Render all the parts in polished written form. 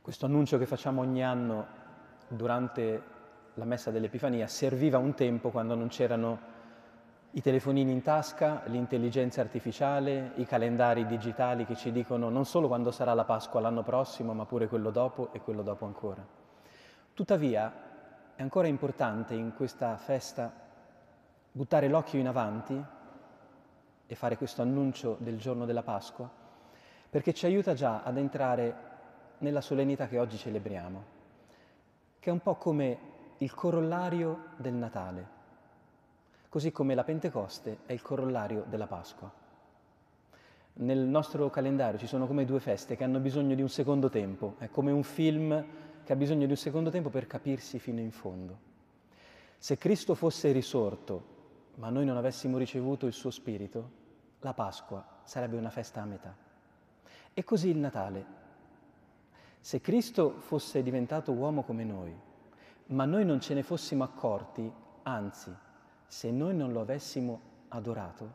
Questo annuncio che facciamo ogni anno durante la messa dell'Epifania serviva un tempo quando non c'erano i telefonini in tasca, l'intelligenza artificiale, i calendari digitali che ci dicono non solo quando sarà la Pasqua l'anno prossimo, ma pure quello dopo e quello dopo ancora. Tuttavia è ancora importante in questa festa buttare l'occhio in avanti e fare questo annuncio del giorno della Pasqua, perché ci aiuta già ad entrare nella solennità che oggi celebriamo, che è un po' come il corollario del Natale, così come la Pentecoste è il corollario della Pasqua. Nel nostro calendario ci sono come due feste che hanno bisogno di un secondo tempo, è come un film che ha bisogno di un secondo tempo per capirsi fino in fondo. Se Cristo fosse risorto, ma noi non avessimo ricevuto il suo Spirito, la Pasqua sarebbe una festa a metà. E così il Natale. Se Cristo fosse diventato uomo come noi, ma noi non ce ne fossimo accorti, anzi, se noi non lo avessimo adorato,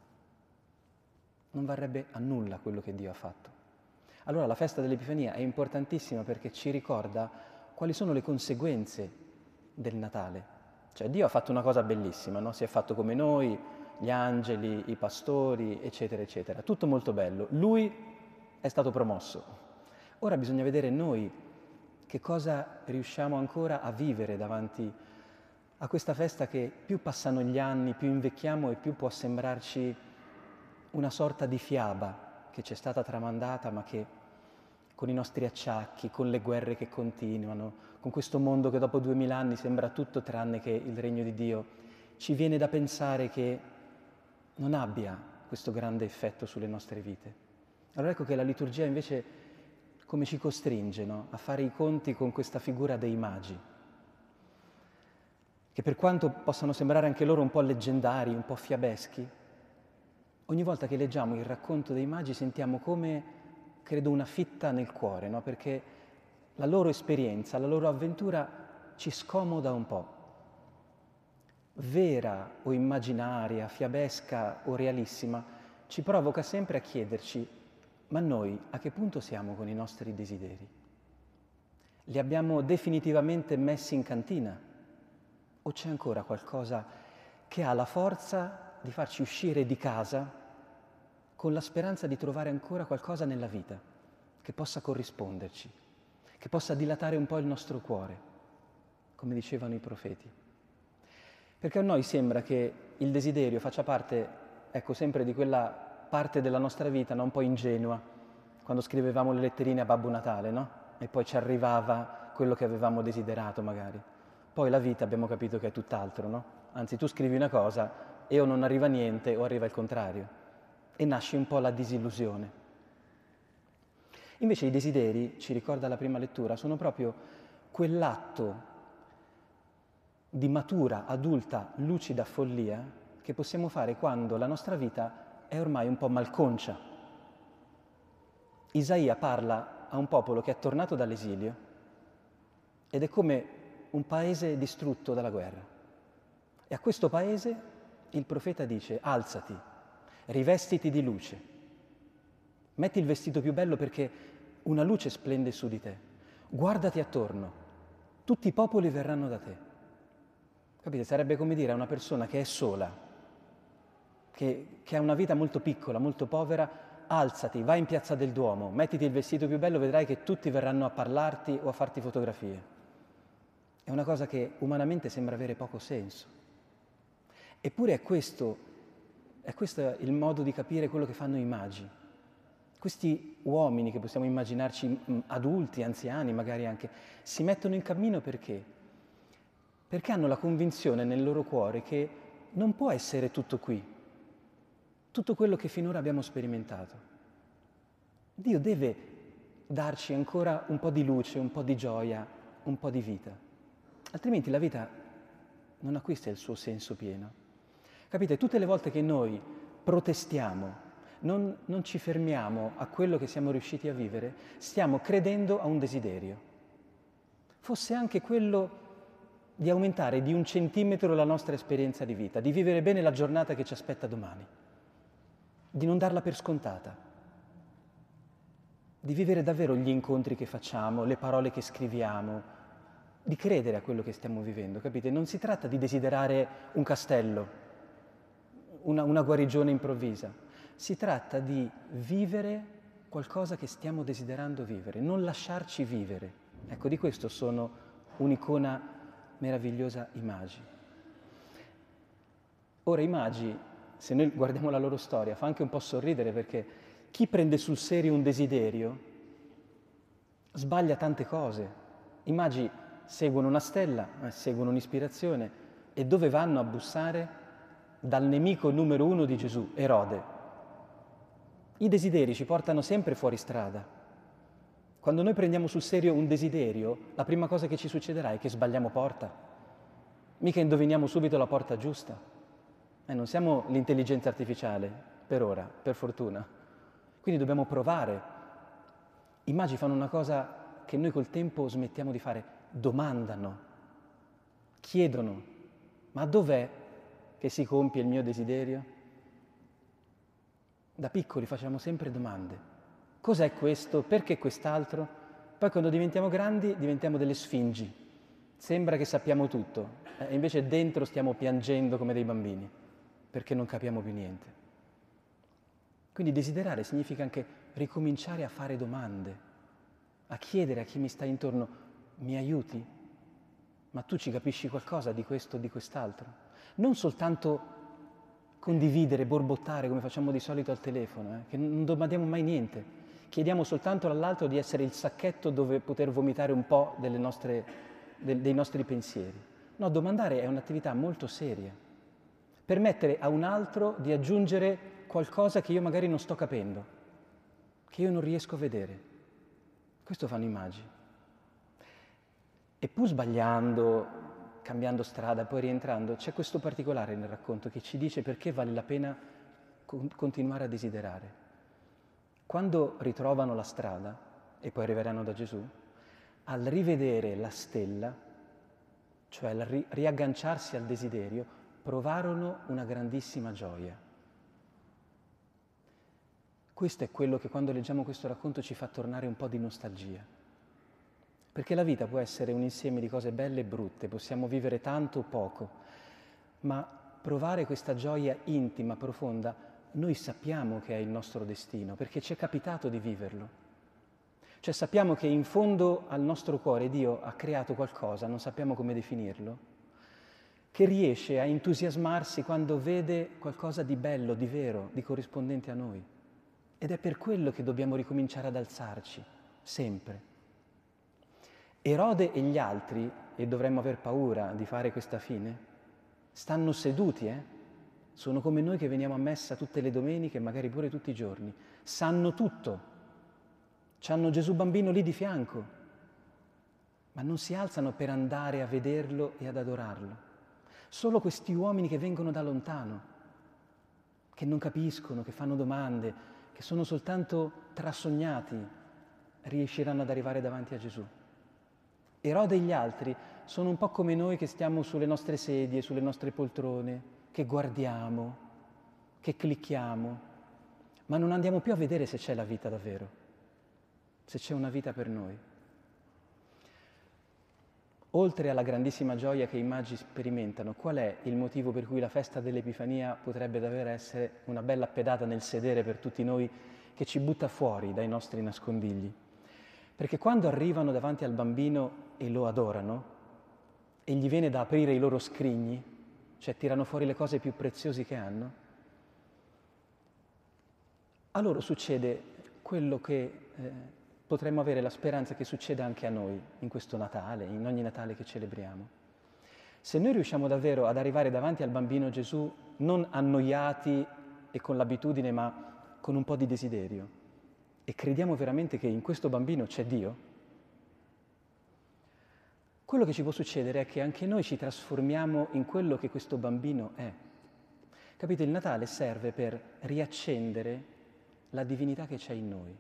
non varrebbe a nulla quello che Dio ha fatto. Allora la festa dell'Epifania è importantissima perché ci ricorda quali sono le conseguenze del Natale. Cioè Dio ha fatto una cosa bellissima, no? Si è fatto come noi, gli angeli, i pastori, eccetera, eccetera. Tutto molto bello. Lui è stato promosso. Ora bisogna vedere noi che cosa riusciamo ancora a vivere davanti a questa festa che più passano gli anni, più invecchiamo e più può sembrarci una sorta di fiaba che ci è stata tramandata ma che con i nostri acciacchi, con le guerre che continuano, con questo mondo che dopo 2000 anni sembra tutto tranne che il regno di Dio, ci viene da pensare che non abbia questo grande effetto sulle nostre vite. Allora ecco che la liturgia invece come ci costringe, no? A fare i conti con questa figura dei magi, che per quanto possano sembrare anche loro un po' leggendari, un po' fiabeschi, ogni volta che leggiamo il racconto dei magi sentiamo come, credo, una fitta nel cuore, no? Perché la loro esperienza, la loro avventura ci scomoda un po'. Vera o immaginaria, fiabesca o realissima, ci provoca sempre a chiederci: ma noi a che punto siamo con i nostri desideri? Li abbiamo definitivamente messi in cantina? O c'è ancora qualcosa che ha la forza di farci uscire di casa con la speranza di trovare ancora qualcosa nella vita che possa corrisponderci, che possa dilatare un po' il nostro cuore, come dicevano i profeti? Perché a noi sembra che il desiderio faccia parte, ecco, sempre di quella parte della nostra vita, no? Un po' ingenua, quando scrivevamo le letterine a Babbo Natale, no? E poi ci arrivava quello che avevamo desiderato magari. Poi la vita abbiamo capito che è tutt'altro, no? Anzi, tu scrivi una cosa e o non arriva niente o arriva il contrario. E nasce un po' la disillusione. Invece i desideri, ci ricorda la prima lettura, sono proprio quell'atto di matura, adulta, lucida follia che possiamo fare quando la nostra vita è ormai un po' malconcia. Isaia parla a un popolo che è tornato dall'esilio ed è come un paese distrutto dalla guerra. E a questo paese il profeta dice: alzati, rivestiti di luce, metti il vestito più bello perché una luce splende su di te, guardati attorno, tutti i popoli verranno da te. Capite? Sarebbe come dire a una persona che è sola, che ha una vita molto piccola, molto povera: alzati, vai in Piazza del Duomo, mettiti il vestito più bello, vedrai che tutti verranno a parlarti o a farti fotografie. È una cosa che umanamente sembra avere poco senso. Eppure è questo il modo di capire quello che fanno i magi. Questi uomini che possiamo immaginarci adulti, anziani, magari anche, si mettono in cammino perché? Perché hanno la convinzione nel loro cuore che non può essere tutto qui, tutto quello che finora abbiamo sperimentato. Dio deve darci ancora un po' di luce, un po' di gioia, un po' di vita. Altrimenti la vita non acquista il suo senso pieno. Capite? Tutte le volte che noi protestiamo, non ci fermiamo a quello che siamo riusciti a vivere, stiamo credendo a un desiderio. Fosse anche quello di aumentare di 1 centimetro la nostra esperienza di vita, di vivere bene la giornata che ci aspetta domani, di non darla per scontata. di vivere davvero gli incontri che facciamo, le parole che scriviamo, di credere a quello che stiamo vivendo, capite? Non si tratta di desiderare un castello, una guarigione improvvisa, si tratta di vivere qualcosa che stiamo desiderando vivere, non lasciarci vivere. Ecco, di questo sono un'icona meravigliosa i magi. Ora i magi, se noi guardiamo la loro storia, fa anche un po' sorridere perché chi prende sul serio un desiderio sbaglia tante cose. I magi seguono una stella, seguono un'ispirazione e dove vanno a bussare? Dal nemico numero 1 di Gesù, Erode. I desideri ci portano sempre fuori strada. Quando noi prendiamo sul serio un desiderio, la prima cosa che ci succederà è che sbagliamo porta. Mica indoviniamo subito la porta giusta. Non siamo l'intelligenza artificiale, per ora, per fortuna. Quindi dobbiamo provare. I magi fanno una cosa che noi col tempo smettiamo di fare. Domandano, chiedono, ma dov'è che si compie il mio desiderio? Da piccoli facciamo sempre domande. Cos'è questo? Perché quest'altro? Poi quando diventiamo grandi diventiamo delle sfingi. Sembra che sappiamo tutto, e invece dentro stiamo piangendo come dei bambini, perché non capiamo più niente. Quindi desiderare significa anche ricominciare a fare domande, a chiedere a chi mi sta intorno, mi aiuti? Ma tu ci capisci qualcosa di questo o di quest'altro? Non soltanto condividere, borbottare come facciamo di solito al telefono, che non domandiamo mai niente. Chiediamo soltanto all'altro di essere il sacchetto dove poter vomitare un po' dei nostri pensieri. No, domandare è un'attività molto seria. Permettere a un altro di aggiungere qualcosa che io magari non sto capendo, che io non riesco a vedere. Questo fanno i magi. E pur sbagliando, cambiando strada, poi rientrando, c'è questo particolare nel racconto che ci dice perché vale la pena continuare a desiderare. Quando ritrovano la strada, e poi arriveranno da Gesù, al rivedere la stella, cioè al riagganciarsi al desiderio, provarono una grandissima gioia. Questo è quello che quando leggiamo questo racconto ci fa tornare un po' di nostalgia. Perché la vita può essere un insieme di cose belle e brutte, possiamo vivere tanto o poco, ma provare questa gioia intima, profonda, noi sappiamo che è il nostro destino, perché ci è capitato di viverlo. Cioè sappiamo che in fondo al nostro cuore Dio ha creato qualcosa, non sappiamo come definirlo, che riesce a entusiasmarsi quando vede qualcosa di bello, di vero, di corrispondente a noi. Ed è per quello che dobbiamo ricominciare ad alzarci, sempre. Erode e gli altri, e dovremmo aver paura di fare questa fine, stanno seduti, Sono come noi che veniamo a messa tutte le domeniche, magari pure tutti i giorni. Sanno tutto. C'hanno Gesù bambino lì di fianco, ma non si alzano per andare a vederlo e ad adorarlo. Solo questi uomini che vengono da lontano, che non capiscono, che fanno domande, che sono soltanto trasognati, riusciranno ad arrivare davanti a Gesù. Erode e gli altri sono un po' come noi che stiamo sulle nostre sedie, sulle nostre poltrone, che guardiamo, che clicchiamo, ma non andiamo più a vedere se c'è la vita davvero, se c'è una vita per noi. Oltre alla grandissima gioia che i magi sperimentano, qual è il motivo per cui la festa dell'Epifania potrebbe davvero essere una bella pedata nel sedere per tutti noi che ci butta fuori dai nostri nascondigli? Perché quando arrivano davanti al bambino e lo adorano, e gli viene da aprire i loro scrigni, cioè tirano fuori le cose più preziose che hanno, a loro succede quello che potremmo avere la speranza che succeda anche a noi in questo Natale, in ogni Natale che celebriamo. Se noi riusciamo davvero ad arrivare davanti al bambino Gesù non annoiati e con l'abitudine, ma con un po' di desiderio, e crediamo veramente che in questo bambino c'è Dio, quello che ci può succedere è che anche noi ci trasformiamo in quello che questo bambino è. Capite? Il Natale serve per riaccendere la divinità che c'è in noi.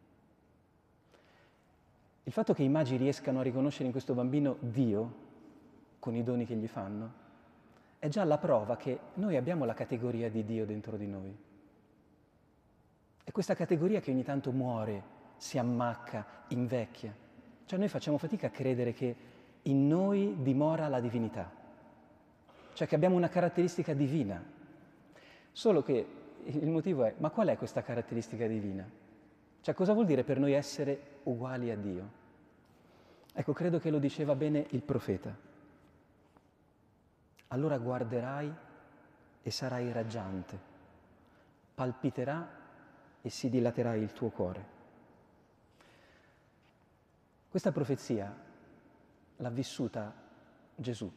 Il fatto che i magi riescano a riconoscere in questo bambino Dio, con i doni che gli fanno, è già la prova che noi abbiamo la categoria di Dio dentro di noi. È questa categoria che ogni tanto muore si ammacca, invecchia. Cioè noi facciamo fatica a credere che in noi dimora la divinità, cioè che abbiamo una caratteristica divina. Solo che il motivo è, ma qual è questa caratteristica divina? Cioè cosa vuol dire per noi essere uguali a Dio? Ecco, credo che lo diceva bene il profeta. Allora guarderai e sarai raggiante, palpiterà e si dilaterà il tuo cuore. Questa profezia l'ha vissuta Gesù,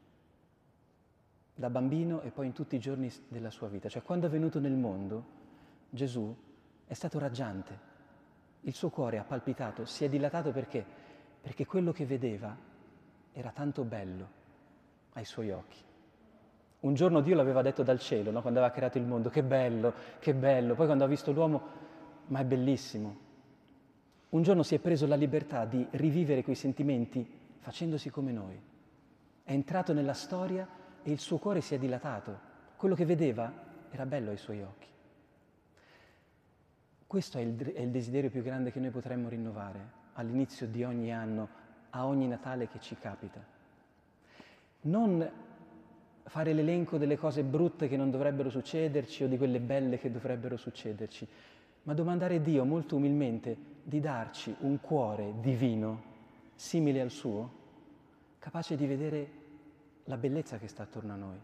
da bambino e poi in tutti i giorni della sua vita. Cioè quando è venuto nel mondo, Gesù è stato raggiante, il suo cuore ha palpitato, si è dilatato perché? Perché quello che vedeva era tanto bello ai suoi occhi. Un giorno Dio l'aveva detto dal cielo, no? Quando aveva creato il mondo, che bello, che bello. Poi quando ha visto l'uomo, ma è bellissimo. Un giorno si è preso la libertà di rivivere quei sentimenti facendosi come noi. È entrato nella storia e il suo cuore si è dilatato. Quello che vedeva era bello ai suoi occhi. Questo è il desiderio più grande che noi potremmo rinnovare all'inizio di ogni anno, a ogni Natale che ci capita. Non fare l'elenco delle cose brutte che non dovrebbero succederci o di quelle belle che dovrebbero succederci, ma domandare a Dio molto umilmente di darci un cuore divino, simile al suo, capace di vedere la bellezza che sta attorno a noi.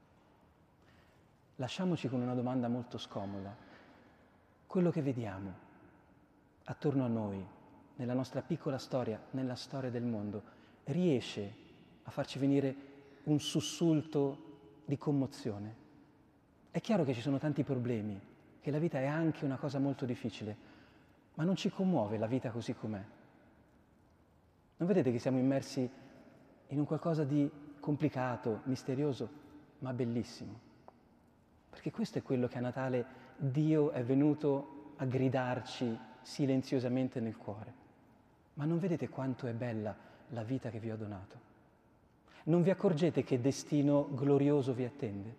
Lasciamoci con una domanda molto scomoda. Quello che vediamo attorno a noi, nella nostra piccola storia, nella storia del mondo, riesce a farci venire un sussulto di commozione? È chiaro che ci sono tanti problemi, che la vita è anche una cosa molto difficile, ma non ci commuove la vita così com'è. Non vedete che siamo immersi in un qualcosa di complicato, misterioso, ma bellissimo? Perché questo è quello che a Natale Dio è venuto a gridarci silenziosamente nel cuore. Ma non vedete quanto è bella la vita che vi ho donato? Non vi accorgete che destino glorioso vi attende?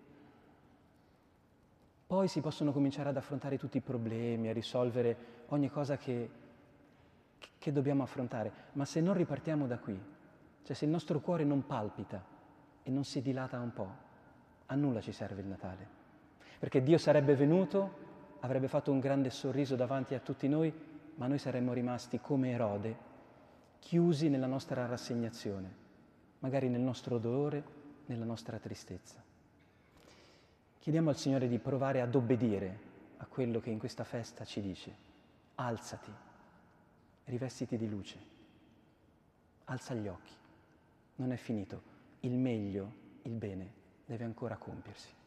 Poi si possono cominciare ad affrontare tutti i problemi, a risolvere ogni cosa che dobbiamo affrontare, ma se non ripartiamo da qui, cioè se il nostro cuore non palpita e non si dilata un po', a nulla ci serve il Natale. Perché Dio sarebbe venuto, avrebbe fatto un grande sorriso davanti a tutti noi, ma noi saremmo rimasti come Erode, chiusi nella nostra rassegnazione, magari nel nostro dolore, nella nostra tristezza. Chiediamo al Signore di provare ad obbedire a quello che in questa festa ci dice. Alzati, rivestiti di luce, alza gli occhi, non è finito, il meglio, il bene deve ancora compiersi.